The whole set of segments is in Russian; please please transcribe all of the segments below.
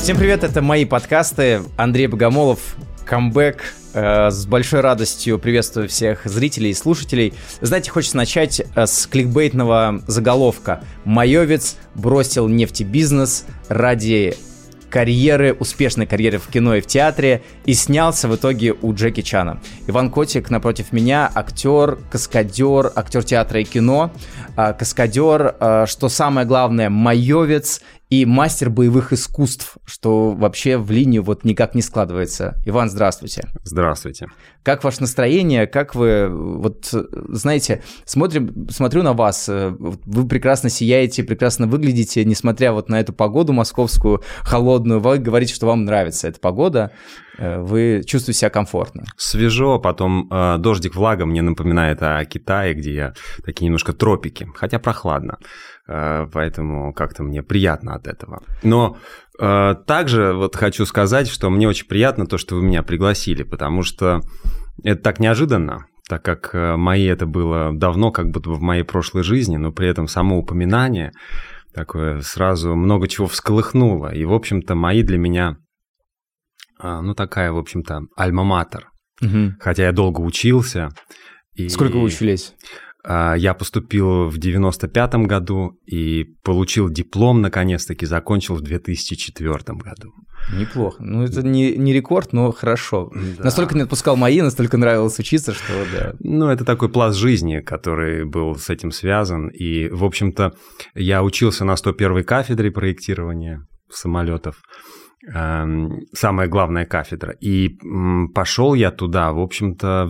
Всем привет, это мои подкасты. Андрей Богомолов, камбэк. С большой радостью приветствую всех зрителей и слушателей. Знаете, хочется начать с кликбейтного заголовка. Майовец бросил нефтебизнес ради карьеры, успешной карьеры в кино и в театре, и снялся в итоге у Джеки Чана. Иван Котик напротив меня, актер, каскадер, актер театра и кино, каскадер, что самое главное, майовец и мастер боевых искусств, что вообще в линию вот никак не складывается. Иван, здравствуйте. Здравствуйте. Как ваше настроение? Как вы, вот, знаете, смотрю на вас, вы прекрасно сияете, прекрасно выглядите, несмотря вот на эту погоду московскую, холодную, вы говорите, что вам нравится эта погода, вы чувствуете себя комфортно. Свежо, потом дождик, влага мне напоминает о Китае, где я такие немножко тропики, хотя прохладно, поэтому как-то мне приятно от этого. Но также вот хочу сказать, что мне очень приятно то, что вы меня пригласили, потому что это так неожиданно, так как мои это было давно, как будто бы в моей прошлой жизни, но при этом само упоминание такое сразу много чего всколыхнуло. И, в общем-то, мои для меня, ну, такая, в общем-то, альма-матер. Угу. Хотя я долго учился. Сколько вы учились? Я поступил в 95-м году и получил диплом, наконец-таки, закончил в 2004 году. Неплохо. Ну, это не рекорд, но хорошо. Да. Настолько не отпускал мои, настолько нравилось учиться, что да. Ну, это такой пласт жизни, который был с этим связан. И, в общем-то, я учился на 101-й кафедре проектирования самолетов. Самая главная кафедра. И пошел я туда, в общем-то,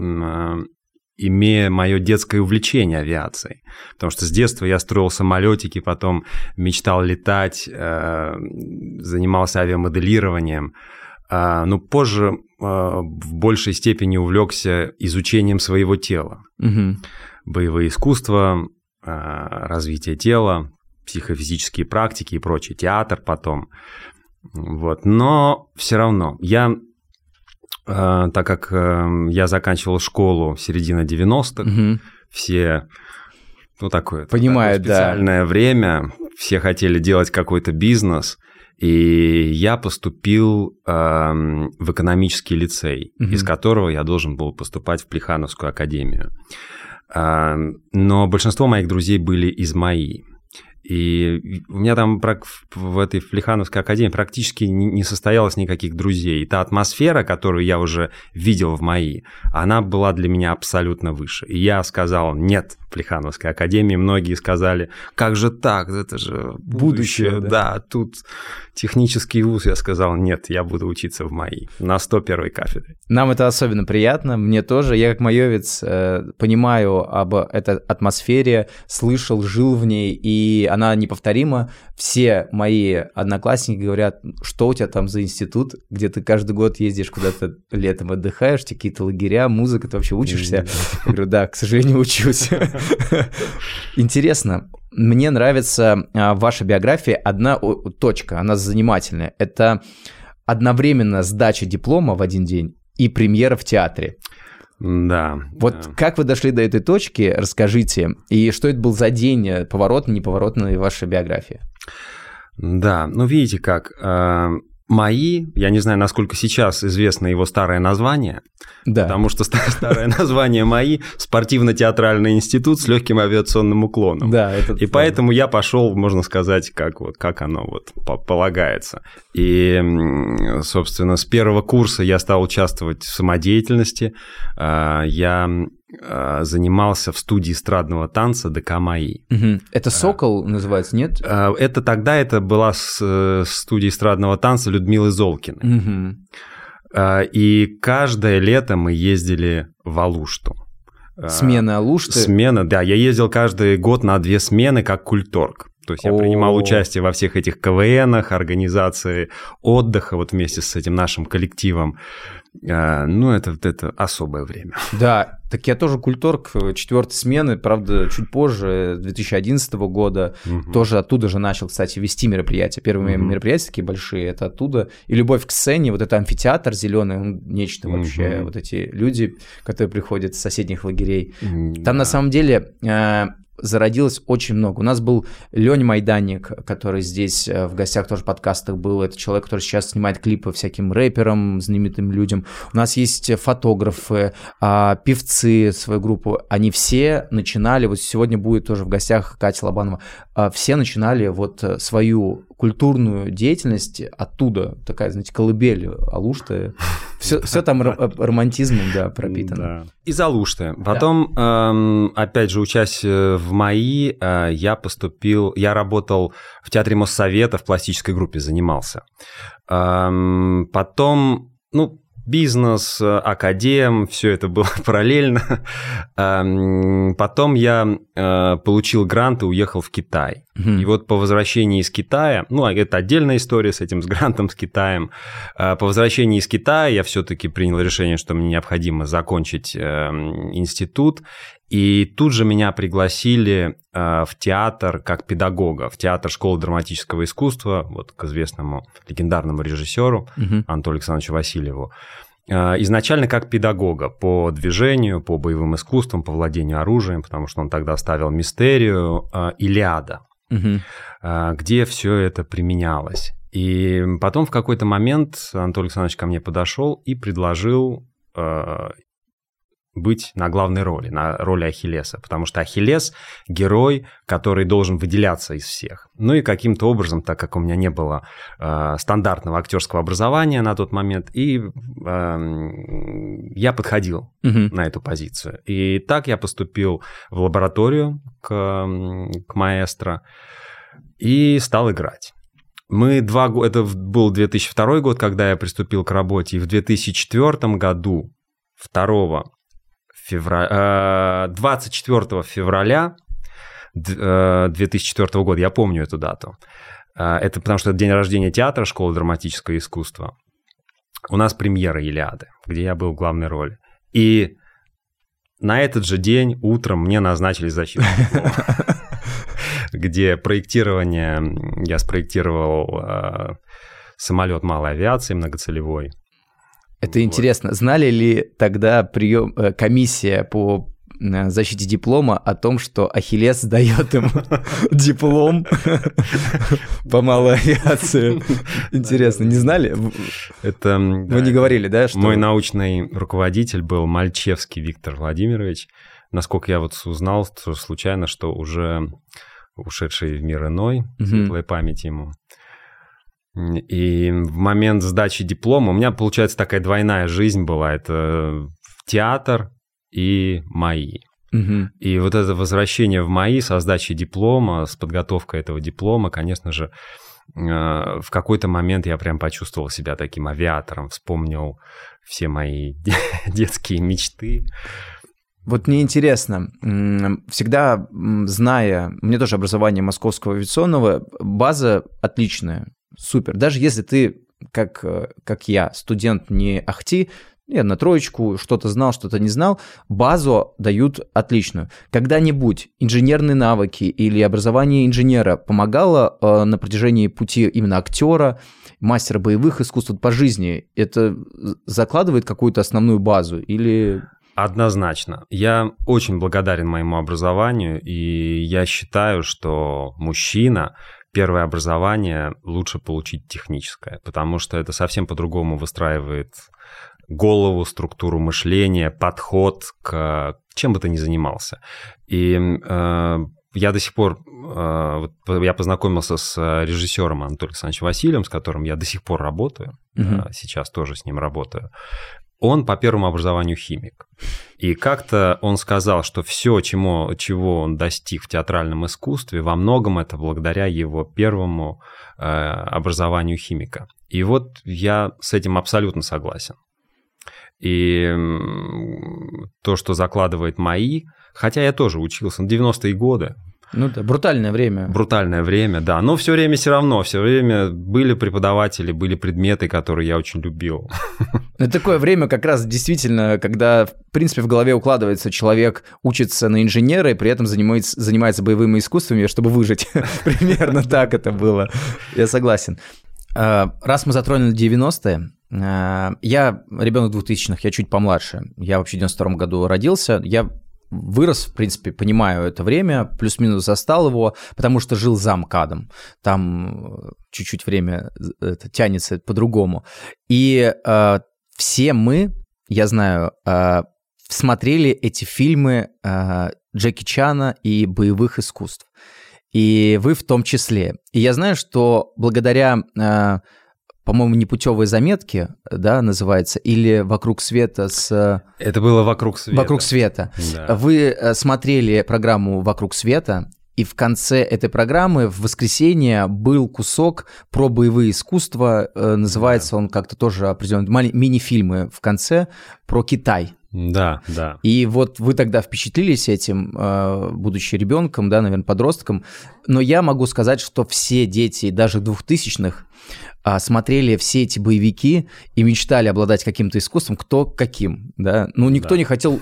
имея мое детское увлечение авиацией. Потому что с детства я строил самолетики, потом мечтал летать, занимался авиамоделированием. Но позже в большей степени увлекся изучением своего тела. Угу. Боевые искусства, развитие тела, психофизические практики и прочее, театр потом. Вот. Но все равно так как я заканчивал школу середины 90-х, угу. Все, ну, такое специальное время, все хотели делать какой-то бизнес, и я поступил в экономический лицей, угу. Из которого я должен был поступать в Плехановскую академию. Но большинство моих друзей были из МАИ. И у меня там в этой Плехановской академии практически не состоялось никаких друзей. И та атмосфера, которую я уже видел в МАИ, она была для меня абсолютно выше. И я сказал нет Плехановской академии. Многие сказали, как же так, это же будущее. Да, тут технический вуз. Я сказал нет, я буду учиться в МАИ на 101-й кафедре. Нам это особенно приятно, мне тоже. Я как майовец понимаю об этой атмосфере, слышал, жил в ней, и она неповторима. Все мои одноклассники говорят, что у тебя там за институт, где ты каждый год ездишь куда-то летом отдыхаешь, какие-то лагеря, музыка, ты вообще учишься? Я говорю, да, к сожалению, учусь. Интересно, мне нравится ваша биография, одна точка, она занимательная. Это одновременно сдача диплома в один день и премьера в театре. Да. Вот как вы дошли до этой точки, расскажите, и что это был за день, поворотный, неповоротный в вашей биографии? Да, ну видите как, МАИ, я не знаю, насколько сейчас известно его старое название, да. Потому что старое название МАИ – спортивно-театральный институт с легким авиационным уклоном. Да, и поэтому я пошел, можно сказать, как оно полагается. И, собственно, с первого курса я стал участвовать в самодеятельности. Я занимался в студии эстрадного танца ДК МАИ. Угу. Это «Сокол» называется, нет? Это была студия эстрадного танца Людмилы Золкиной. Угу. И каждое лето мы ездили в Алушту. Смена Алушты? Смена, да. Я ездил каждый год на 2 смены как культорг. То есть я принимал участие во всех этих КВНах, организации отдыха вот вместе с этим нашим коллективом. Ну, это особое время. Да, так я тоже культорг 4-й смены, правда, чуть позже, 2011 года, тоже оттуда же начал, кстати, вести мероприятия. Первые мероприятия такие большие, это оттуда. И любовь к сцене, вот это амфитеатр зеленый, нечто вообще, вот эти люди, которые приходят с соседних лагерей. Там на самом деле зародилось очень много. У нас был Лёня Майданник, который здесь в гостях тоже в подкастах был. Это человек, который сейчас снимает клипы всяким рэперам, знаменитым людям. У нас есть фотографы, певцы, свою группу. Они все начинали, вот сегодня будет тоже в гостях Катя Лобанова, все начинали вот свою культурную деятельность оттуда. Такая, знаете, колыбель Алушты. Все там романтизмом, да, пропитано. Да. Из Алушты. Потом, опять же, учась в МАИ, я работал в Театре Моссовета, в пластической группе занимался. Потом, бизнес, академ, все это было параллельно. Потом я получил грант и уехал в Китай. И вот по возвращении из Китая, это отдельная история с этим, с грантом, с Китаем. По возвращении из Китая я все-таки принял решение, что мне необходимо закончить институт. И тут же меня пригласили в театр как педагога, в театр школы драматического искусства, вот к известному легендарному режиссеру Анатолию Александровичу Васильеву. Изначально как педагога по движению, по боевым искусствам, по владению оружием, потому что он тогда ставил мистерию «Илиада», где все это применялось. И потом в какой-то момент Анатолий Александрович ко мне подошел и предложил быть на главной роли, на роли Ахиллеса, потому что Ахиллес – герой, который должен выделяться из всех. И каким-то образом, так как у меня не было стандартного актерского образования на тот момент, и я подходил на эту позицию. И так я поступил в лабораторию к маэстро и стал играть. Это был 2002 год, когда я приступил к работе, и в 2004 году, 24 февраля 2004 года, я помню эту дату, это потому что это день рождения театра школы драматического искусства, у нас премьера «Илиады», где я был в главной роли. И на этот же день утром мне назначили защиту диплома, где я спроектировал самолет малой авиации многоцелевой. Это интересно. Знали ли тогда комиссия по защите диплома о том, что Ахиллес дает им диплом по малой авиации? Интересно, не знали? Вы не говорили, да? Мой научный руководитель был Мальчевский Виктор Владимирович. Насколько я узнал случайно, что уже ушедший в мир иной, светлая память ему. И в момент сдачи диплома у меня, получается, такая двойная жизнь была. Это театр и МАИ. И вот это возвращение в МАИ со сдачей диплома, с подготовкой этого диплома, конечно же, в какой-то момент я прям почувствовал себя таким авиатором, вспомнил все мои детские мечты. Вот мне интересно, всегда зная, у меня тоже образование Московского авиационного, база отличная. Супер. Даже если ты, как я, студент не ахти, я на троечку что-то знал, что-то не знал, базу дают отличную. Когда-нибудь инженерные навыки или образование инженера помогало на протяжении пути именно актера, мастера боевых искусств по жизни? Это закладывает какую-то основную базу или... Однозначно. Я очень благодарен моему образованию, и я считаю, что мужчина... Первое образование лучше получить техническое, потому что это совсем по-другому выстраивает голову, структуру мышления, подход к чем бы ты ни занимался. И я до сих пор, я познакомился с режиссером Анатолием Александровичем Васильевым, с которым я до сих пор работаю, сейчас тоже с ним работаю. Он по первому образованию химик. И как-то он сказал, что все, чего он достиг в театральном искусстве, во многом это благодаря его первому образованию химика. И вот я с этим абсолютно согласен. И то, что закладывает МАИ, хотя я тоже учился на 90-е годы. Ну да, брутальное время. Брутальное время, да. Но все время были преподаватели, были предметы, которые я очень любил. Это такое время как раз действительно, когда, в принципе, в голове укладывается, человек учится на инженера и при этом занимается боевыми искусствами, чтобы выжить. Примерно так это было. Я согласен. Раз мы затронули 90-е, я ребенок 2000-х, я чуть помладше. Я вообще в 92-м году родился. Я вырос, в принципе, понимаю это время, плюс-минус застал его, потому что жил за МКАДом. Там чуть-чуть время это тянется по-другому. И все мы, я знаю, смотрели эти фильмы Джеки Чана и боевых искусств. И вы в том числе. И я знаю, что благодаря, по-моему, «Непутевые заметки», да, называется, или «Вокруг света» с... Это было «Вокруг света». «Вокруг света». Да. Вы смотрели программу «Вокруг света», и в конце этой программы в воскресенье был кусок про боевые искусства, называется он как-то тоже определенно, мини-фильмы в конце про Китай. Да, да. И вот вы тогда впечатлились этим, будучи ребенком, да, наверное, подростком, но я могу сказать, что все дети, даже 2000-х, смотрели все эти боевики и мечтали обладать каким-то искусством, кто каким, да. Ну, никто не хотел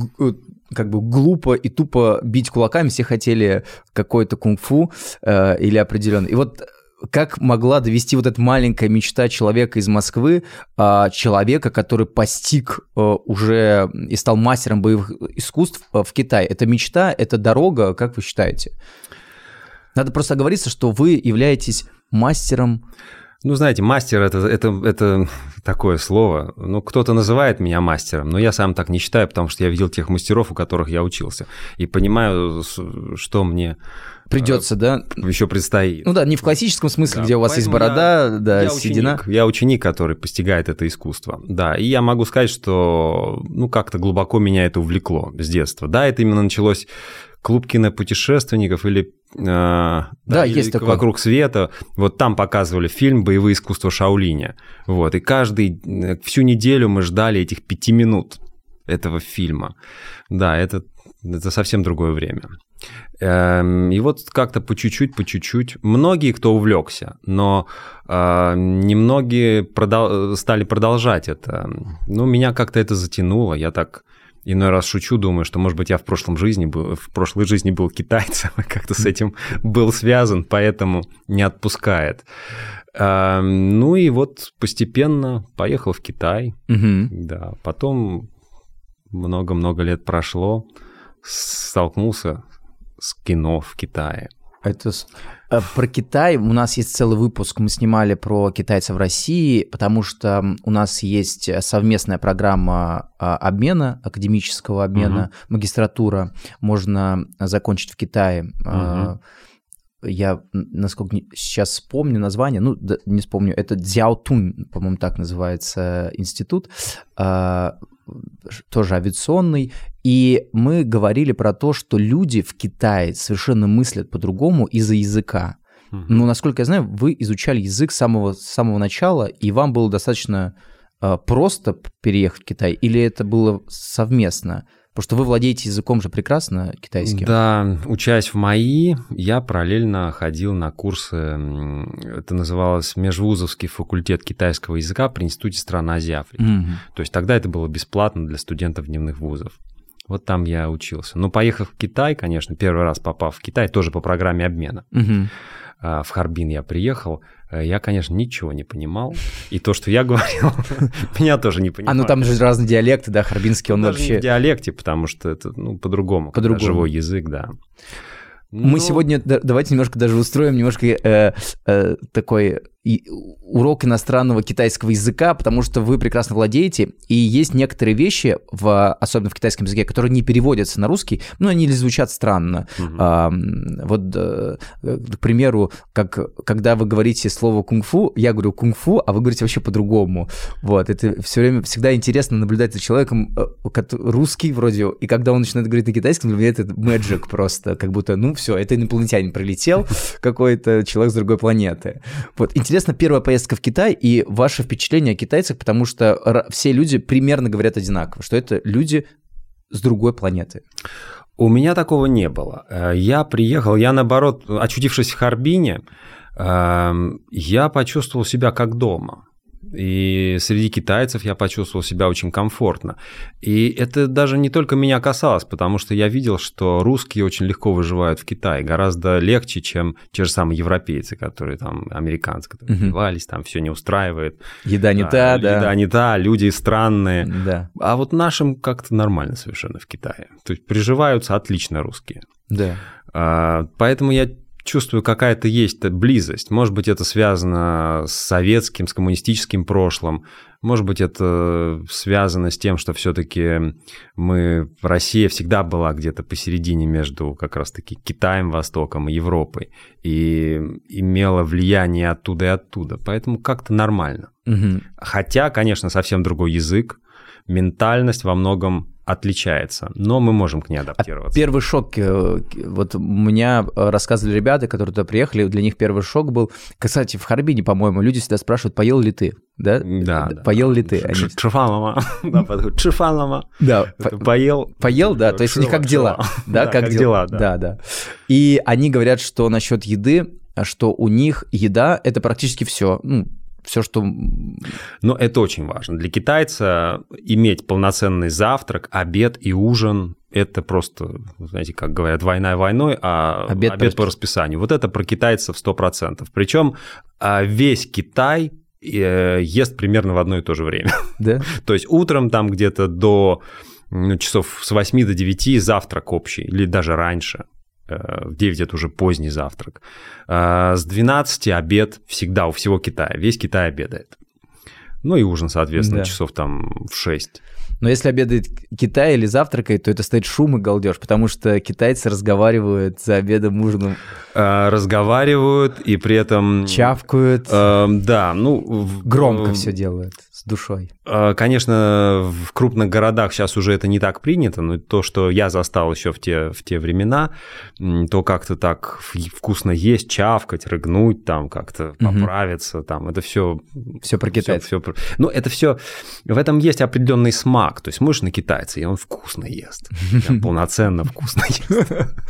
как бы глупо и тупо бить кулаками, все хотели какой-то кунг-фу или определенный. И вот как могла довести вот эта маленькая мечта человека из Москвы, человека, который постиг уже и стал мастером боевых искусств в Китае? Это мечта, это дорога, как вы считаете? Надо просто оговориться, что вы являетесь мастером. Ну, знаете, мастер это такое слово. Ну, кто-то называет меня мастером, но я сам так не считаю, потому что я видел тех мастеров, у которых я учился, и понимаю, что мне придется, да? Еще предстоит. Ну да, не в классическом смысле, да, где у вас есть борода, да, седина. Я ученик, который постигает это искусство. Да, и я могу сказать, что как-то глубоко меня это увлекло с детства. Да, это именно началось клуб кинопутешественников или есть такое. «Вокруг света». Вот там показывали фильм «Боевые искусства Шаолиня». Вот, и всю неделю мы ждали этих 5 минут этого фильма. Да, это совсем другое время. И вот как-то по чуть-чуть. Многие, кто увлекся, но немногие стали продолжать это. Меня как-то это затянуло. Я так иной раз шучу, думаю, что, может быть, я в прошлой жизни был китайцем, и как-то с этим был связан, поэтому не отпускает. И вот постепенно поехал в Китай. Да, потом много-много лет прошло, столкнулся с кино в Китае. Про Китай у нас есть целый выпуск, мы снимали про китайцев в России, потому что у нас есть совместная программа обмена, академического обмена, магистратура, можно закончить в Китае. Я, насколько сейчас вспомню название, не вспомню, это Цзяотунь, по-моему, так называется институт, тоже авиационный, и мы говорили про то, что люди в Китае совершенно мыслят по-другому из-за языка. Но, насколько я знаю, вы изучали язык с самого начала, и вам было достаточно просто переехать в Китай, или это было совместно? Потому что вы владеете языком же прекрасно китайским. Да, учась в МАИ, я параллельно ходил на курсы, это называлось Межвузовский факультет китайского языка при Институте стран Азии и Африки. То есть тогда это было бесплатно для студентов дневных вузов. Вот там я учился. Но поехав в Китай, конечно, первый раз попав в Китай, тоже по программе обмена. В Харбин я приехал, я, конечно, ничего не понимал. И то, что я говорил, меня тоже не понимали. Там же разные диалекты, да, харбинский, он даже вообще... не в диалекте, потому что это, по-другому. Живой язык, да. Мы сегодня, давайте немножко даже устроим немножко такой урок иностранного китайского языка, потому что вы прекрасно владеете, и есть некоторые вещи, особенно в китайском языке, которые не переводятся на русский, они звучат странно. Вот, к примеру, когда вы говорите слово кунг-фу, я говорю кунг-фу, а вы говорите вообще по-другому. Вот, это всегда интересно наблюдать за человеком, русский вроде, и когда он начинает говорить на китайском, для меня это magic просто, как будто, все, это инопланетянин прилетел, какой-то человек с другой планеты. Вот, интересно, первая поездка в Китай и ваше впечатление о китайцах, потому что все люди примерно говорят одинаково, что это люди с другой планеты. У меня такого не было. Я приехал, наоборот, очутившись в Харбине, я почувствовал себя как дома. И среди китайцев я почувствовал себя очень комфортно. И это даже не только меня касалось, потому что я видел, что русские очень легко выживают в Китае, гораздо легче, чем те же самые европейцы, которые там, американцы, которые вливались, там все не устраивает. Еда не та, да. Еда не та, люди странные. Да. А вот нашим как-то нормально совершенно в Китае. То есть приживаются отлично русские. Да. Поэтому я чувствую, какая-то есть близость. Может быть, это связано с советским, с коммунистическим прошлым. Может быть, это связано с тем, что все-таки Россия всегда была где-то посередине между как раз-таки Китаем, Востоком и Европой. И имела влияние оттуда и оттуда. Поэтому как-то нормально. Хотя, конечно, совсем другой язык. Ментальность во многом отличается, но мы можем к ней адаптироваться. Первый шок, вот у меня рассказывали ребята, которые туда приехали, для них первый шок был, кстати, в Харбине, по-моему, люди всегда спрашивают, поел ли ты, да? Да. Поел ли ты? Чифанлама. Чифанлама. Да. Поел. Поел, да, то есть у них как дела. Да, как дела. Да. И они говорят, что насчет еды, что у них еда – это практически все, все, что... Но это очень важно. Для китайца иметь полноценный завтрак, обед и ужин – это просто, знаете, как говорят, война войной, а обед по расписанию. Вот это про китайцев 100%. Причем весь Китай ест примерно в одно и то же время. Да? То есть утром там где-то до часов с 8 до 9 завтрак общий, или даже раньше. В 9 это уже поздний завтрак. С 12 обед всегда у всего Китая. Весь Китай обедает. Ну и ужин, соответственно, часов там в 6. Но если обедает Китай или завтракает, то это стоит шум и галдеж, потому что китайцы разговаривают за обедом, ужином. Разговаривают и при этом... Чавкают. Да, громко все делают, с душой. Конечно, в крупных городах сейчас уже это не так принято, но то, что я застал еще в те времена, то как-то так вкусно есть, чавкать, рыгнуть, там как-то поправиться, там это все... Все про китайцев. Ну, это все... В этом есть определенный смак. То есть смотришь на китайца, и он вкусно ест. Полноценно вкусно ест.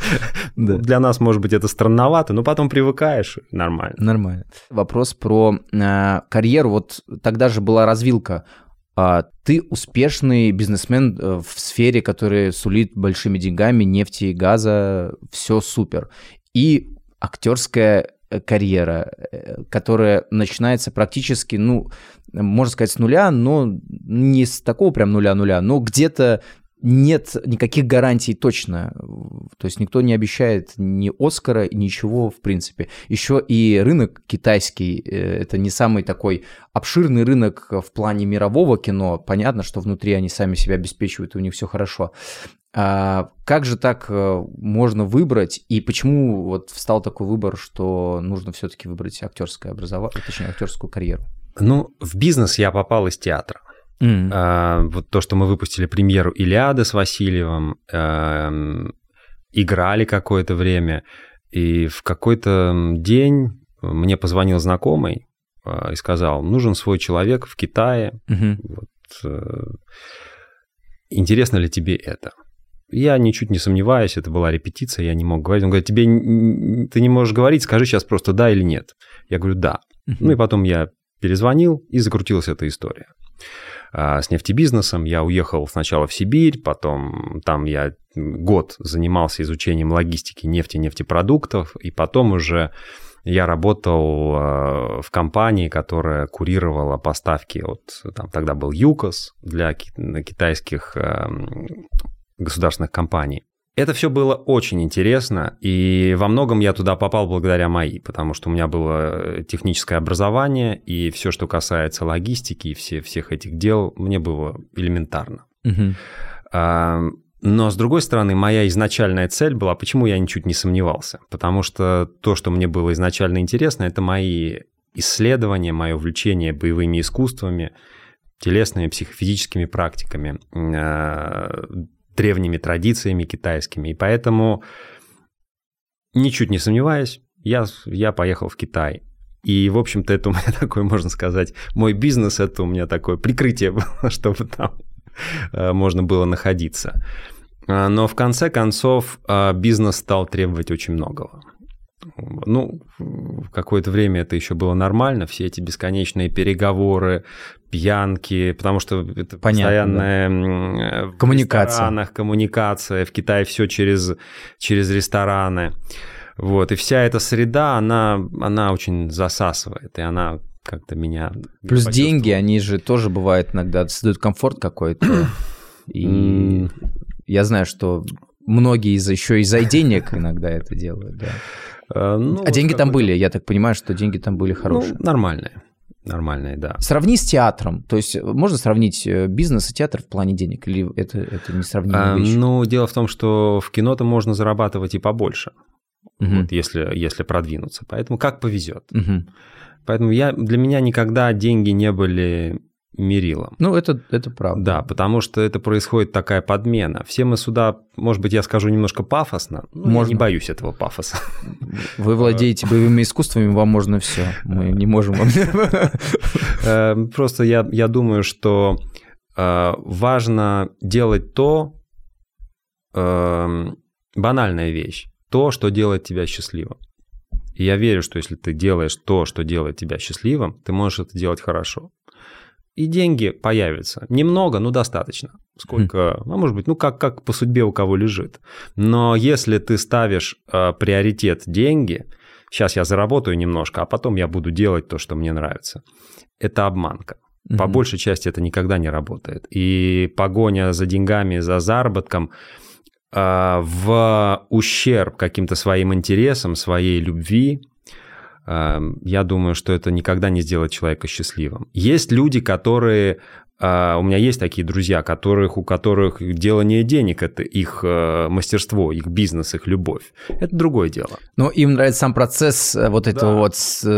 Для нас, может быть, это странновато, но потом привыкаешь, нормально. Нормально. Вопрос про карьеру. Вот тогда же была развилка. Ты успешный бизнесмен в сфере, которая сулит большими деньгами, нефти и газа, все супер. И актерская карьера, которая начинается практически, можно сказать, с нуля, но не с такого прям нуля-нуля, но где-то нет никаких гарантий точно. То есть никто не обещает ни Оскара, ничего в принципе. Еще и рынок китайский, это не самый такой обширный рынок в плане мирового кино. Понятно, что внутри они сами себя обеспечивают, и у них все хорошо. А как же так можно выбрать, и почему вот встал такой выбор, что нужно все-таки выбрать актерское образование, точнее, актерскую карьеру? В бизнес я попал из театра. Вот то, что мы выпустили премьеру «Илиады» с Васильевым, играли какое-то время, и в какой-то день мне позвонил знакомый и сказал, нужен свой человек в Китае, интересно ли тебе это? Я ничуть не сомневаюсь, это была репетиция, я не мог говорить. Он говорит, ты не можешь говорить, скажи сейчас просто да или нет. Я говорю, да. И потом я перезвонил, и закрутилась эта история. С нефтебизнесом я уехал сначала в Сибирь, потом там я год занимался изучением логистики нефтепродуктов, и потом уже я работал в компании, которая курировала поставки тогда был ЮКОС для китайских государственных компаний. Это все было очень интересно, и во многом я туда попал благодаря МАИ, потому что у меня было техническое образование, и все, что касается логистики и всех этих дел, мне было элементарно. Но, с другой стороны, моя изначальная цель была, почему я ничуть не сомневался, потому что то, что мне было изначально интересно, это мои исследования, мое увлечение боевыми искусствами, телесными, психофизическими практиками, древними традициями китайскими. И поэтому, ничуть не сомневаясь, я поехал в Китай. И, в общем-то, это у меня такой, можно сказать, мой бизнес, это у меня такое прикрытие было, чтобы там можно было находиться. Но в конце концов бизнес стал требовать очень многого. какое-то время это еще было нормально, все эти бесконечные переговоры, пьянки, потому что это постоянная коммуникация. В ресторанах коммуникация, в Китае все через рестораны. Вот, и вся эта среда, она очень засасывает, и она как-то меня... Плюс деньги, они же тоже бывают иногда, создают комфорт какой-то. И я знаю, что многие еще из-за денег иногда это делают, да. А деньги там были, я так понимаю, что деньги там были хорошие. Нормальные, да. Сравни с театром. То есть можно сравнить бизнес и театр в плане денег? Или это несравнимые вещи? Ну, дело в том, что в кино-то можно зарабатывать и побольше, вот, если продвинуться. Поэтому как повезет. Поэтому для меня никогда деньги не были мерилом. Ну, это правда. Да, потому что это происходит такая подмена. Все мы сюда, может быть, я скажу немножко пафосно, но я не боюсь этого пафоса. Вы владеете боевыми искусствами, вам можно все. Мы не можем вам... Просто я думаю, что важно делать банальная вещь, то, что делает тебя счастливым. И я верю, что если ты делаешь то, что делает тебя счастливым, ты можешь это делать хорошо. И деньги появятся. Немного, но достаточно. Сколько, может быть, как по судьбе у кого лежит. Но если ты ставишь приоритет деньги, сейчас я заработаю немножко, а потом я буду делать то, что мне нравится. Это обманка. По большей части это никогда не работает. И погоня за деньгами, за заработком в ущерб каким-то своим интересам, своей любви, я думаю, что это никогда не сделает человека счастливым. Есть люди, которые... У меня есть такие друзья, у которых делание денег – это их мастерство, их бизнес, их любовь. Это другое дело. Но им нравится сам процесс вот этого вот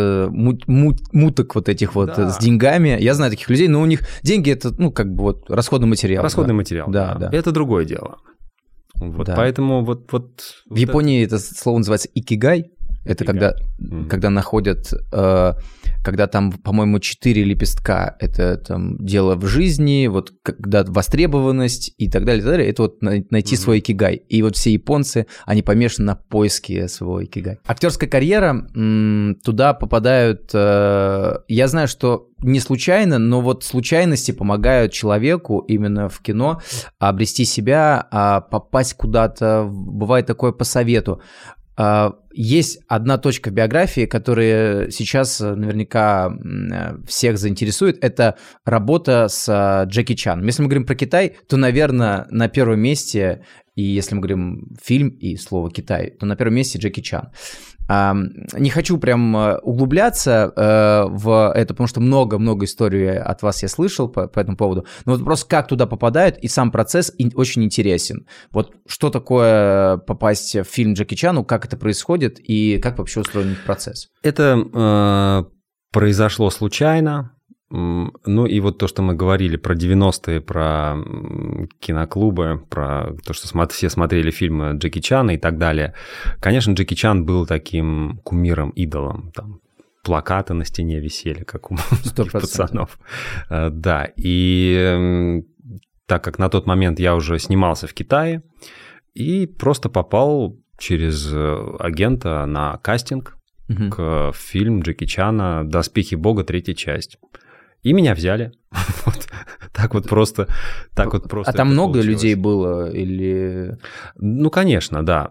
муток вот этих вот с деньгами. Я знаю таких людей, но у них деньги – это, расходный материал. Расходный материал, да. Это другое дело. Вот, поэтому в Японии это слово называется икигай. Это когда находят, когда там, по-моему, 4 лепестка, это там дело в жизни, вот когда востребованность и так далее, это вот найти свой икигай. И вот все японцы, они помешаны на поиске своего икигай. Актерская карьера, туда попадают, я знаю, что не случайно, но вот случайности помогают человеку именно в кино обрести себя, попасть куда-то, бывает такое по совету. Есть одна точка в биографии, которая сейчас наверняка всех заинтересует, это работа с Джеки Чаном. Если мы говорим про Китай, то, наверное, на первом месте, и если мы говорим фильм и слово «Китай», то на первом месте Джеки Чан. Не хочу прям углубляться в это, потому что много-много историй от вас я слышал по этому поводу, но вот просто как туда попадают, и сам процесс очень интересен. Вот что такое попасть в фильм Джеки Чану, как это происходит и как вообще устроен процесс? Это произошло случайно. Ну и вот то, что мы говорили про 90-е, про киноклубы, про то, что все смотрели фильмы Джеки Чана и так далее. Конечно, Джеки Чан был таким кумиром, идолом. Там плакаты на стене висели, как у многих пацанов. Да, и так как на тот момент я уже снимался в Китае и просто попал через агента на кастинг к фильму Джеки Чана «Доспехи Бога. 3-я часть». И меня взяли. Вот. Так вот просто. А там много людей было? Или... Ну, конечно, да.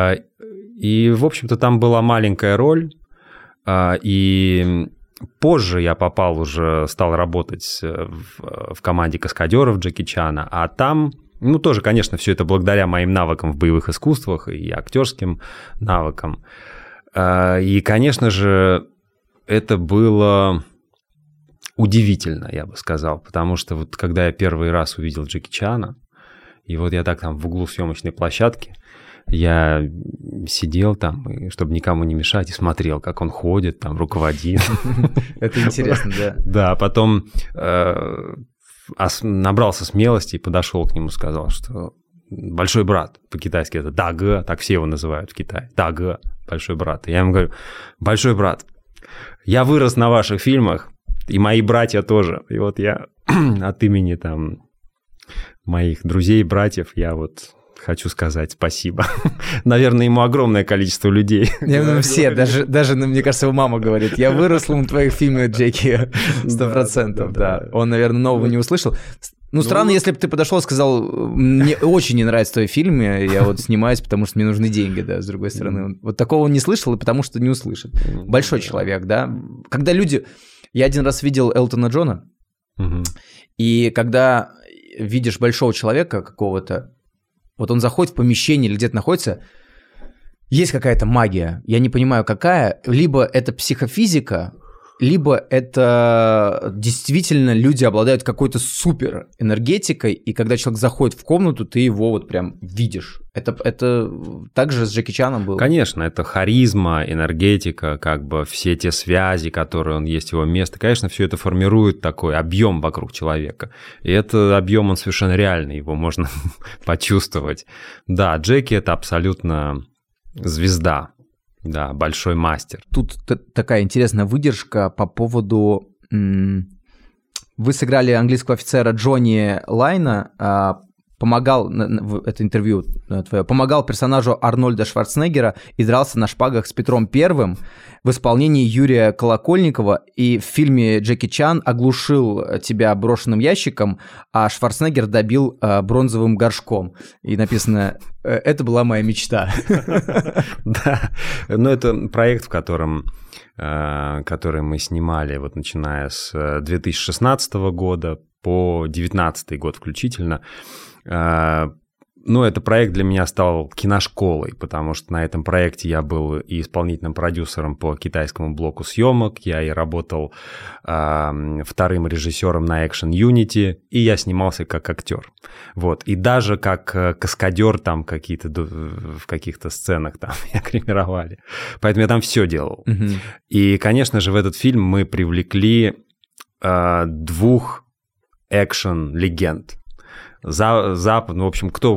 И, в общем-то, там была маленькая роль. И позже я стал работать в команде каскадеров Джеки Чана. А там, тоже, конечно, все это благодаря моим навыкам в боевых искусствах и актерским навыкам. И, конечно же, это было... удивительно, я бы сказал, потому что вот когда я первый раз увидел Джеки Чана, и вот я так там в углу съемочной площадки, я сидел там, чтобы никому не мешать, и смотрел, как он ходит, там, руководит. Это интересно, да. Да, потом набрался смелости и подошел к нему, сказал, что большой брат, по-китайски это Дагэ, так все его называют в Китае, Дагэ, большой брат. И я ему говорю, большой брат, я вырос на ваших фильмах, и мои братья тоже. И вот я от имени там моих друзей, братьев, я вот хочу сказать спасибо. Наверное, ему огромное количество людей. Все, даже, мне кажется, его мама говорит, я выросла на твоих фильмах, Джеки, 100%, да. Он, наверное, нового не услышал. Ну, странно, если бы ты подошел и сказал, мне очень не нравятся твои фильмы, я вот снимаюсь, потому что мне нужны деньги, да, с другой стороны. Вот такого он не слышал, и потому что не услышит. Большой человек, да. Когда люди... Я один раз видел Элтона Джона, и когда видишь большого человека какого-то, вот он заходит в помещение или где-то находится, есть какая-то магия, я не понимаю какая, либо это психофизика, либо это действительно люди обладают какой-то супер энергетикой, и когда человек заходит в комнату, ты его вот прям видишь. Это также с Джеки Чаном было? Конечно, это харизма, энергетика, как бы все те связи, которые он есть, его место. Конечно, все это формирует такой объем вокруг человека. И этот объем, он совершенно реальный, его можно почувствовать. Да, Джеки – это абсолютно звезда. Да, большой мастер. Тут такая интересная выдержка по поводу... Вы сыграли английского офицера Джонни Лайна, помогал, это интервью твое, помогал персонажу Арнольда Шварценеггера и дрался на шпагах с Петром Первым в исполнении Юрия Колокольникова, и в фильме Джеки Чан оглушил тебя брошенным ящиком, а Шварценеггер добил бронзовым горшком. И написано «Это была моя мечта». Да, но это проект, который мы снимали, вот начиная с 2016 года по 2019 год включительно. Ну, этот проект для меня стал киношколой, потому что на этом проекте я был и исполнительным продюсером по китайскому блоку съемок, я и работал вторым режиссером на Action Unity, и я снимался как актер. Вот. И даже как каскадер там в каких-то сценах там меня гримировали. Поэтому я там все делал. И, конечно же, в этот фильм мы привлекли двух экшн-легенд. Запад, ну, в общем, кто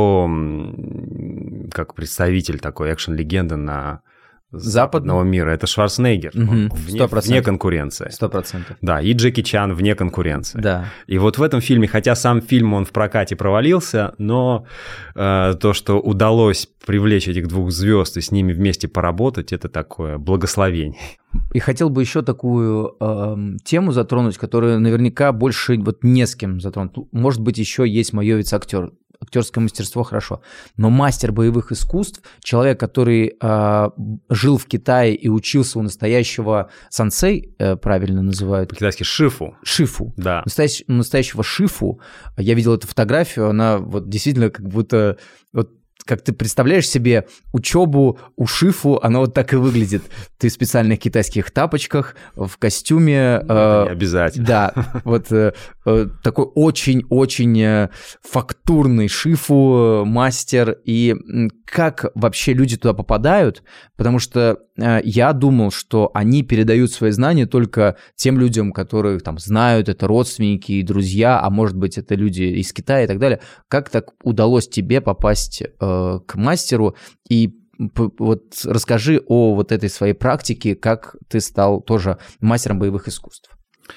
как представитель такой экшн-легенды на западного мира, это Шварценеггер. 100%. Вне конкуренции. 100%. Да, и Джеки Чан вне конкуренции. Да. И вот в этом фильме, хотя сам фильм, он в прокате провалился, но то, что удалось привлечь этих двух звезд и с ними вместе поработать, это такое благословение. И хотел бы еще такую тему затронуть, которую наверняка больше вот не с кем затронуть. Может быть, еще есть мое вице-актер. Актерское мастерство хорошо, но мастер боевых искусств, человек, который жил в Китае и учился у настоящего сансей, правильно называют? По-китайски шифу. Шифу. Да. Настоящего шифу. Я видел эту фотографию, она вот действительно как будто... Вот, как ты представляешь себе учебу у шифу, она вот так и выглядит. Ты в специальных китайских тапочках, в костюме. Это не обязательно. Да, вот такой очень-очень фактурный шифу, мастер. И как вообще люди туда попадают? Потому что я думал, что они передают свои знания только тем людям, которых там знают, это родственники и друзья, а может быть, это люди из Китая и так далее. Как так удалось тебе попасть к мастеру? И вот расскажи о вот этой своей практике, как ты стал тоже мастером боевых искусств.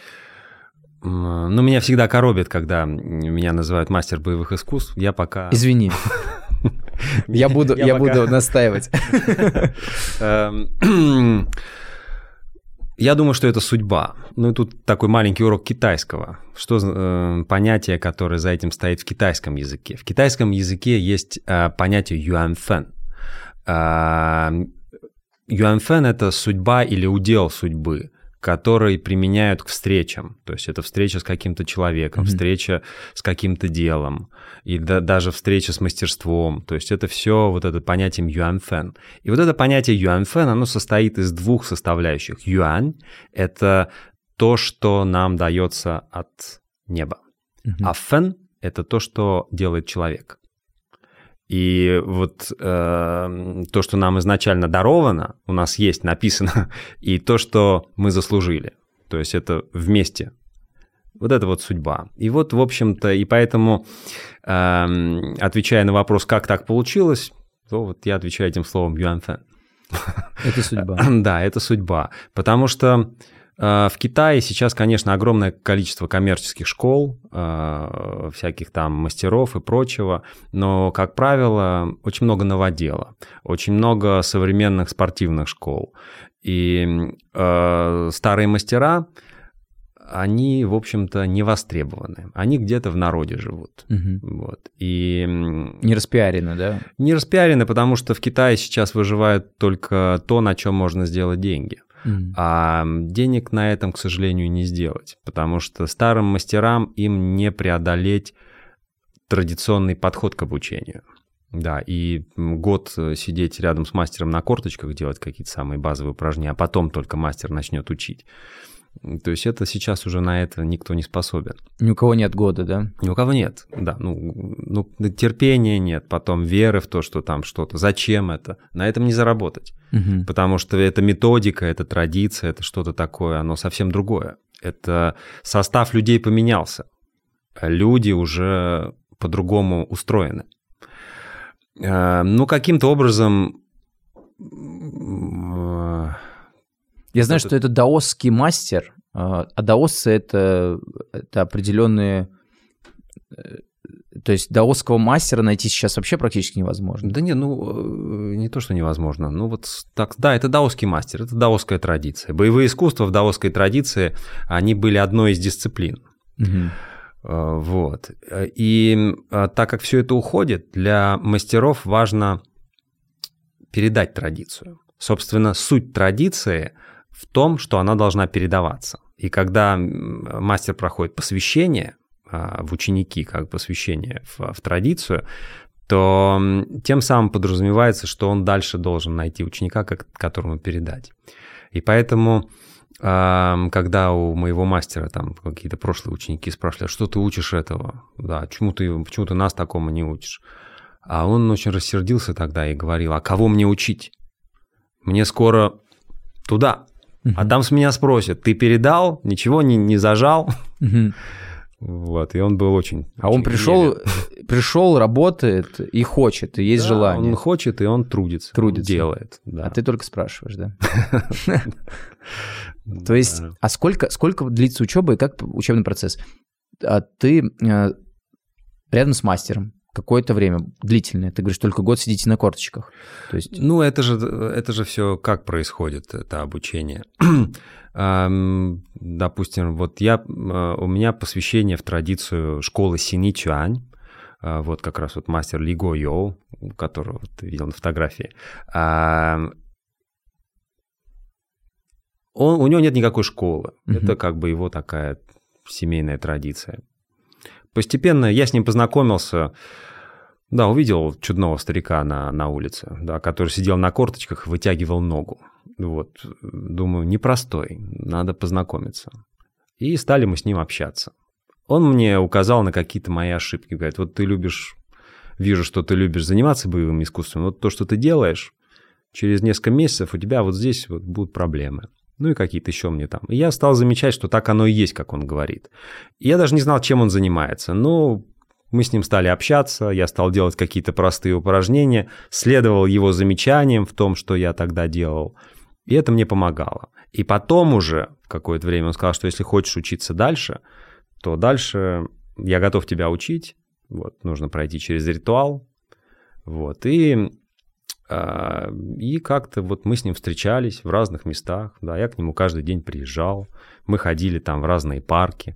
Ну, меня всегда коробит, когда меня называют мастер боевых искусств. Я пока... Извини. Я буду настаивать. Я думаю, что это судьба. Ну, и тут такой маленький урок китайского. Что понятие, которое за этим стоит в китайском языке. В китайском языке есть понятие юаньфэн. Юаньфэн – это судьба или удел судьбы, который применяют к встречам. То есть это встреча с каким-то человеком, встреча с каким-то делом, и даже встреча с мастерством. То есть это все вот это понятие юаньфэн. И вот это понятие юаньфэн, оно состоит из двух составляющих. Юань – это то, что нам дается от неба. А фэн – это то, что делает человек. И вот то, что нам изначально даровано, у нас есть написано, и то, что мы заслужили. То есть это вместе. Вот это вот судьба. И вот, в общем-то, и поэтому, отвечая на вопрос, как так получилось, то вот я отвечаю этим словом юаньфэн. Это судьба. Да, это судьба. Потому что В Китае сейчас, конечно, огромное количество коммерческих школ, всяких там мастеров и прочего, но, как правило, очень много новодела, очень много современных спортивных школ. И старые мастера, они, в общем-то, не востребованы. Они где-то в народе живут. Вот. И... Не распиарены, да? Не распиарены, потому что в Китае сейчас выживает только то, на чем можно сделать деньги. А денег на этом, к сожалению, не сделать, потому что старым мастерам им не преодолеть традиционный подход к обучению. Да, и год сидеть рядом с мастером на корточках, делать какие-то самые базовые упражнения, а потом только мастер начнет учить. То есть это сейчас уже на это никто не способен. Ни у кого нет года, да? Ни у кого нет, да. Ну, терпения нет, потом веры в то, что там что-то. Зачем это? На этом не заработать. Потому что это методика, это традиция, это что-то такое, оно совсем другое. Это состав людей поменялся. Люди уже по-другому устроены. Ну, каким-то образом... Я знаю, что это даосский мастер, а даосцы это определенные... То есть даосского мастера найти сейчас вообще практически невозможно. Да не, не то, что невозможно. Ну вот так, да, это даосский мастер, это даосская традиция. Боевые искусства в даосской традиции, они были одной из дисциплин. Вот. И так как все это уходит, для мастеров важно передать традицию. Собственно, суть традиции в том, что она должна передаваться. И когда мастер проходит посвящение в ученики, как посвящение в традицию, то тем самым подразумевается, что он дальше должен найти ученика, которому передать. И поэтому, когда у моего мастера там какие-то прошлые ученики спрашивали, что ты учишь этого? Да, почему ты нас такому не учишь? А он очень рассердился тогда и говорил, а кого мне учить? Мне скоро туда. А там с меня спросят, ты передал, ничего не зажал? Вот, и он был очень... А он пришел, работает и хочет, и есть желание. Он хочет, и он трудится. Делает. Да. А ты только спрашиваешь, да? То есть, а сколько длится учеба и как учебный процесс? Ты рядом с мастером какое-то время, длительное, ты говоришь, только год сидите на корточках. То есть... Ну, это же все как происходит, это обучение. Допустим, вот у меня посвящение в традицию школы Синичуань, вот как раз вот мастер Ли Го Йоу, которого ты видел на фотографии. У него нет никакой школы, это как бы его такая семейная традиция. Постепенно я с ним познакомился, да, увидел чудного старика на улице, да, который сидел на корточках и вытягивал ногу. Вот, думаю, непростой, надо познакомиться. И стали мы с ним общаться. Он мне указал на какие-то мои ошибки, говорит, вот вижу, что ты любишь заниматься боевым искусством, вот то, что ты делаешь, через несколько месяцев у тебя вот здесь вот будут проблемы. Ну и какие-то еще мне там. И я стал замечать, что так оно и есть, как он говорит. И я даже не знал, чем он занимается. Но мы с ним стали общаться, я стал делать какие-то простые упражнения, следовал его замечаниям в том, что я тогда делал. И это мне помогало. И потом уже в какое-то время он сказал, что если хочешь учиться дальше, то дальше я готов тебя учить. Вот, нужно пройти через ритуал. Вот, и как-то вот мы с ним встречались в разных местах, да, я к нему каждый день приезжал, мы ходили там в разные парки,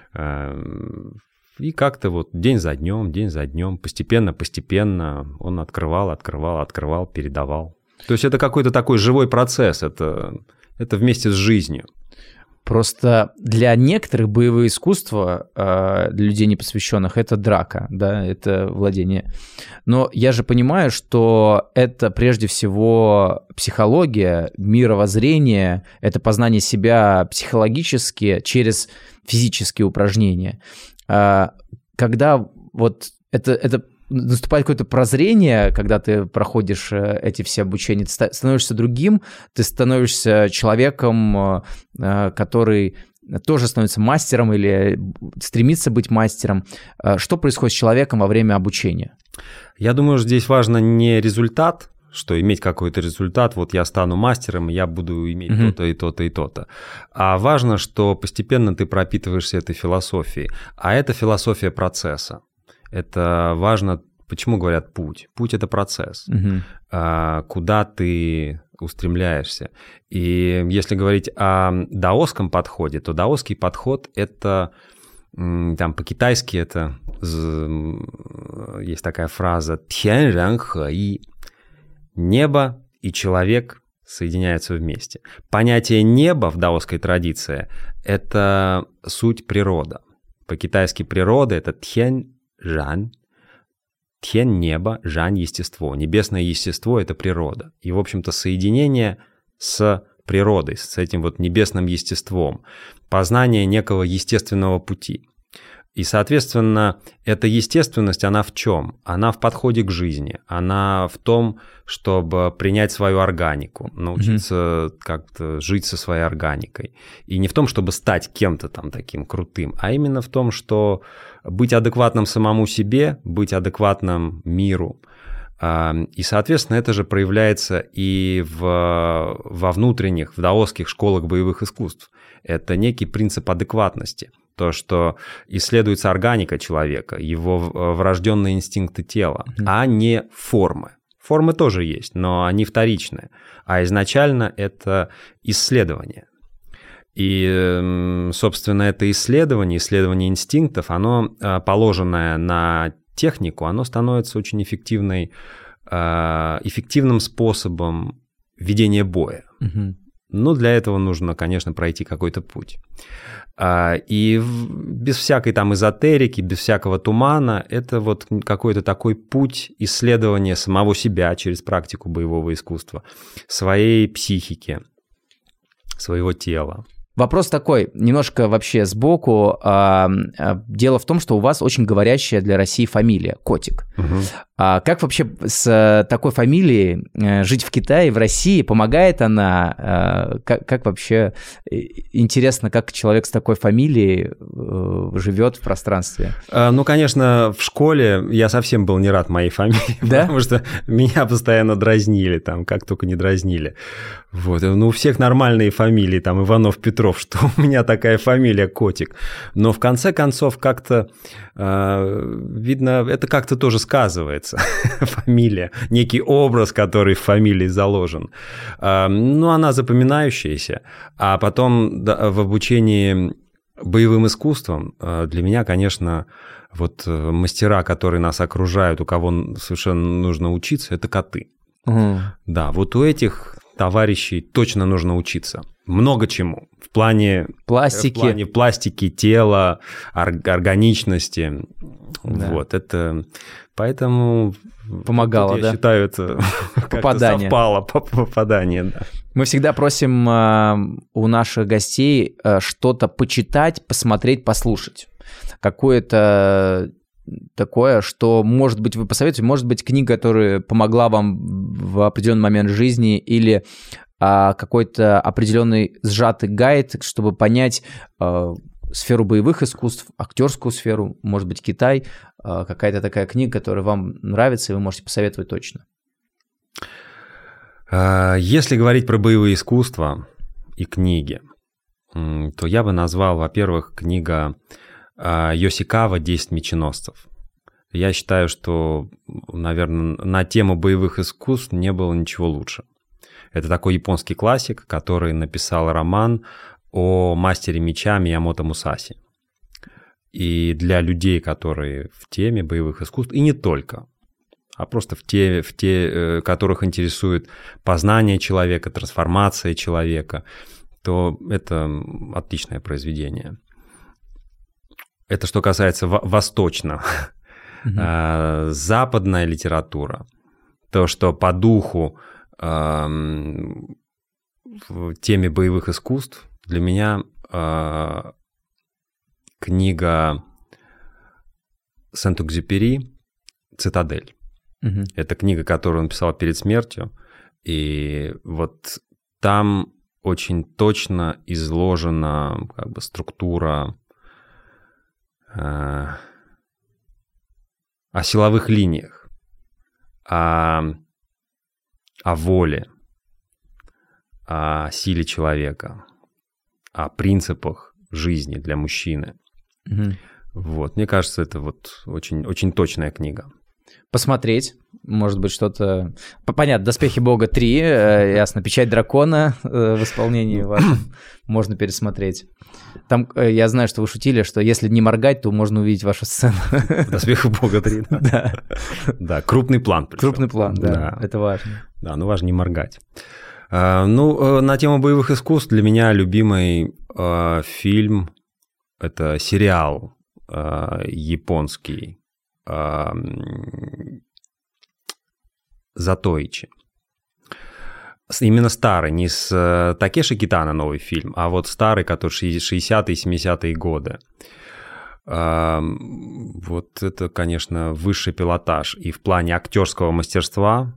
и как-то вот день за днем, постепенно он открывал, передавал. То есть это какой-то такой живой процесс, это вместе с жизнью. Просто для некоторых боевые искусства, для людей непосвященных, это драка, да, это владение. Но я же понимаю, что это прежде всего психология, мировоззрение, это познание себя психологически через физические упражнения. Когда вот это наступает какое-то прозрение, когда ты проходишь эти все обучения, ты становишься другим, ты становишься человеком, который тоже становится мастером или стремится быть мастером. Что происходит с человеком во время обучения? Я думаю, что здесь важно не результат, что иметь какой-то результат, вот я стану мастером, и я буду иметь то-то и то-то и то-то. А важно, что постепенно ты пропитываешься этой философией. А это философия процесса. Это важно, почему говорят путь? Путь – это процесс. Куда ты устремляешься. И если говорить о даосском подходе, то даосский подход – это, там по-китайски это, есть такая фраза «тян ран хэ и». Небо и человек соединяются вместе. Понятие неба в даосской традиции – это суть природа. По-китайски природа – это тянь жан. Тянь – небо, жан – естество. Небесное естество – это природа. И, в общем-то, соединение с природой, с этим вот небесным естеством, познание некого естественного пути. И, соответственно, эта естественность, она в чем? Она в подходе к жизни, она в том, чтобы принять свою органику, научиться как-то жить со своей органикой. И не в том, чтобы стать кем-то там таким крутым, а именно в том, что быть адекватным самому себе, быть адекватным миру. И, соответственно, это же проявляется и во внутренних, в даосских школах боевых искусств. Это некий принцип адекватности. То, что исследуется органика человека, его врожденные инстинкты тела, а не формы. Формы тоже есть, но они вторичные. А изначально это исследование. И, собственно, это исследование инстинктов, оно, положенное на технику, оно становится очень эффективным способом ведения боя. Но для этого нужно, конечно, пройти какой-то путь. И без всякой там эзотерики, без всякого тумана, это вот какой-то такой путь исследования самого себя через практику боевого искусства, своей психики, своего тела. Вопрос такой, немножко вообще сбоку. Дело в том, что у вас очень говорящая для России фамилия – Котик. Как вообще с такой фамилией жить в Китае, в России? Помогает она? Как вообще интересно, как человек с такой фамилией живет в пространстве? Ну, конечно, в школе я совсем был не рад моей фамилии, да? Потому что меня постоянно дразнили, там, как только не дразнили. Вот. Ну, у всех нормальные фамилии, там, Иванов, Петров, что у меня такая фамилия Котик. Но в конце концов как-то, видно, это как-то тоже сказывается. Фамилия, некий образ, который в фамилии заложен. Ну, она запоминающаяся. А потом в обучении боевым искусством для меня, конечно, вот мастера, которые нас окружают, у кого совершенно нужно учиться, это коты. Да, вот у этих товарищей точно нужно учиться. Много чему. В плане пластики тела, органичности. Да. Вот, это... Поэтому... Помогало, я считаю, это попадание. Совпало попадание, да. Мы всегда просим у наших гостей что-то почитать, посмотреть, послушать. Какое-то такое, что, может быть, вы посоветуете, может быть, книга, которая помогла вам в определенный момент жизни, или какой-то определенный сжатый гайд, чтобы понять сферу боевых искусств, актерскую сферу, может быть, Китай, какая-то такая книга, которая вам нравится, и вы можете посоветовать точно. Если говорить про боевые искусства и книги, то я бы назвал, во-первых, книга Йосикава «10 меченосцев». Я считаю, что, наверное, на тему боевых искусств не было ничего лучше. Это такой японский классик, который написал роман о мастере меча Миямото Мусаси. И для людей, которые в теме боевых искусств, и не только, а просто в те, которых интересует познание человека, трансформация человека, то это отличное произведение. Это что касается восточного. Западная литература, то, что по духу в теме боевых искусств, для меня книга Сент-Экзюпери «Цитадель». Это книга, которую он писал перед смертью, и вот там очень точно изложена как бы структура о силовых линиях, о о воле, о силе человека, о принципах жизни для мужчины. Вот, мне кажется, это вот очень, очень точная книга. Посмотреть, может быть, что-то... Понятно, «Доспехи Бога 3», ясно, «Печать дракона» в исполнении вашем можно пересмотреть. Там, я знаю, что вы шутили, что если не моргать, то можно увидеть вашу сцену. «Доспехи Бога 3», да. Да, крупный план. Крупный план, да, это важно. Да, но важно не моргать. Ну, на тему боевых искусств для меня любимый фильм – это сериал японский «Затоичи». Именно старый, не с Такеши Китано новый фильм, а вот старый, который 60-е, 70-е годы. Вот это, конечно, высший пилотаж и в плане актерского мастерства,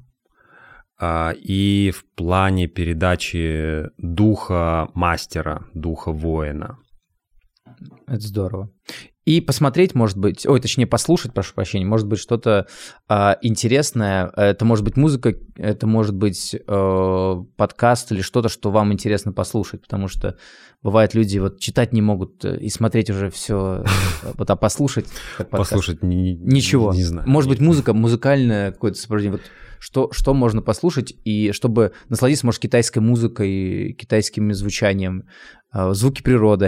и в плане передачи духа мастера, духа воина. Это здорово. И посмотреть, может быть, точнее, послушать, прошу прощения, может быть, что-то интересное. Это может быть музыка, это может быть подкаст или что-то, что вам интересно послушать, потому что бывает, люди вот читать не могут и смотреть уже все, вот, а послушать как подкаст. Послушать ничего. Не знаю. Может быть, музыка, музыкальное какое-то сопровождение. Вот что можно послушать, и чтобы насладиться, может, китайской музыкой, китайским звучанием, звуки природы.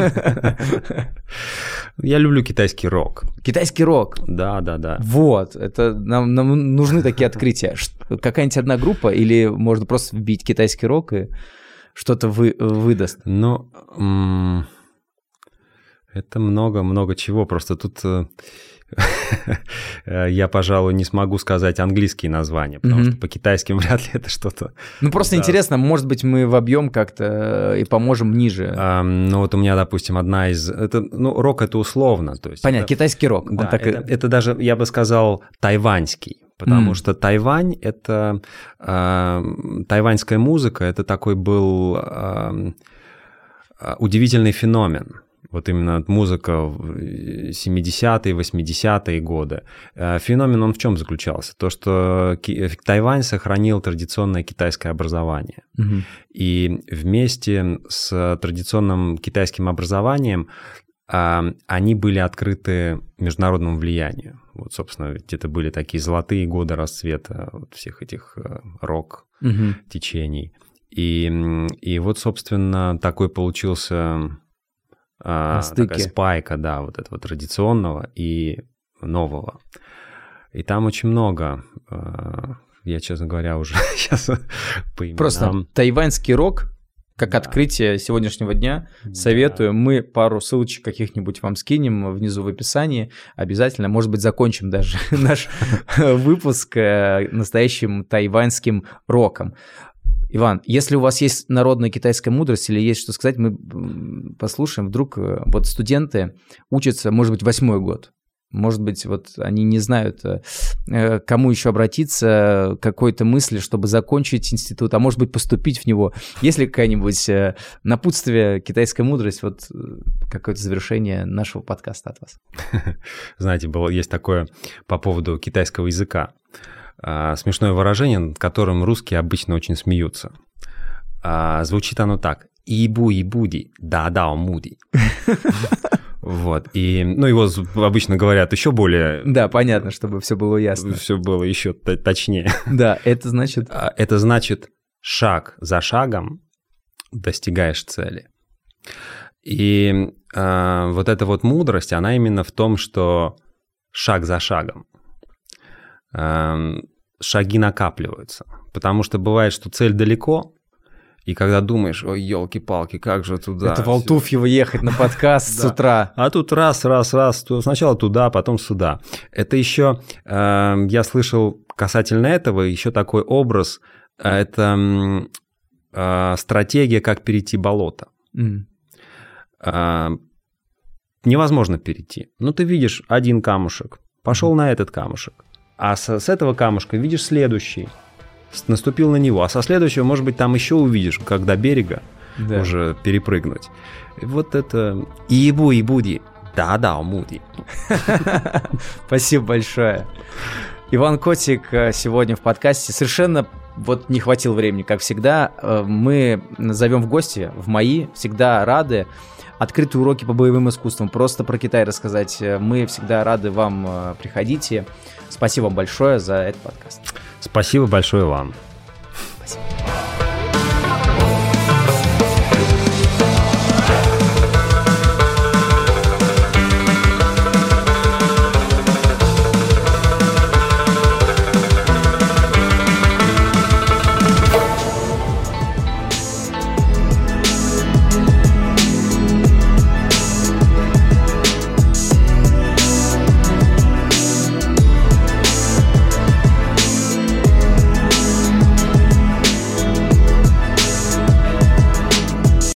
Я люблю китайский рок. Китайский рок? Да. Вот, это нам нужны такие открытия. Какая-нибудь одна группа или можно просто вбить китайский рок и что-то выдаст? Ну, это много чего. Просто тут я, пожалуй, не смогу сказать английские названия, потому что по-китайски вряд ли это что-то... Ну, просто интересно, может быть, мы вобьем как-то и поможем ниже. Ну, вот у меня, допустим, одна из... рок — это условно. То есть понятно, китайский рок. Да, это даже, я бы сказал, тайваньский, потому что Тайвань — это... Тайваньская музыка — это такой был удивительный феномен. Вот именно музыка 70-е, 80-е годы. Феномен, он в чем заключался? То, что Тайвань сохранил традиционное китайское образование. И вместе с традиционным китайским образованием они были открыты международному влиянию. Вот, собственно, ведь это были такие золотые годы расцвета вот всех этих рок-течений. И вот, собственно, такой получился... такая спайка, да, вот этого традиционного и нового. И там очень много, я, честно говоря, уже сейчас по именам. Просто тайваньский рок, как открытие сегодняшнего дня, советую. Мы пару ссылочек каких-нибудь вам скинем внизу в описании. Обязательно, может быть, закончим даже наш выпуск настоящим тайваньским роком. Иван, если у вас есть народная китайская мудрость или есть что сказать, мы послушаем. Вдруг вот студенты учатся, может быть, 8-й год. Может быть, вот они не знают, кому еще обратиться, какой-то мысли, чтобы закончить институт, а может быть, поступить в него. Есть ли какая-нибудь напутствие, китайская мудрость, вот какое-то завершение нашего подкаста от вас? Знаете, есть такое по поводу китайского языка. Смешное выражение, над которым русские обычно очень смеются. Звучит оно так. «Ибу-ибуди, да-дао муди». Вот, и, его обычно говорят еще более... Да, понятно, чтобы все было ясно. Все было еще точнее. Да, это значит... Это значит, шаг за шагом достигаешь цели. И вот эта вот мудрость, она именно в том, что шаг за шагом. Шаги накапливаются, потому что бывает, что цель далеко, и когда думаешь, ой, елки-палки, как же туда? Это в Алтуфьево ехать на подкаст с утра. А тут раз, сначала туда, потом сюда. Это еще, я слышал касательно этого, еще такой образ, это стратегия, как перейти болото. Невозможно перейти. Ты видишь один камушек, пошел на этот камушек. А с этого камушка видишь следующий, наступил на него, а со следующего, может быть, там еще увидишь, как до берега уже перепрыгнуть. И вот это «Ибу-ибуди, да-да, муди». Спасибо большое. Иван Котик сегодня в подкасте. Совершенно вот не хватило времени, как всегда. Мы зовем в гости, в МАИ, всегда рады. Открытые уроки по боевым искусствам, просто про Китай рассказать. Мы всегда рады вам. Приходите. Спасибо вам большое за этот подкаст. Спасибо большое вам. Спасибо.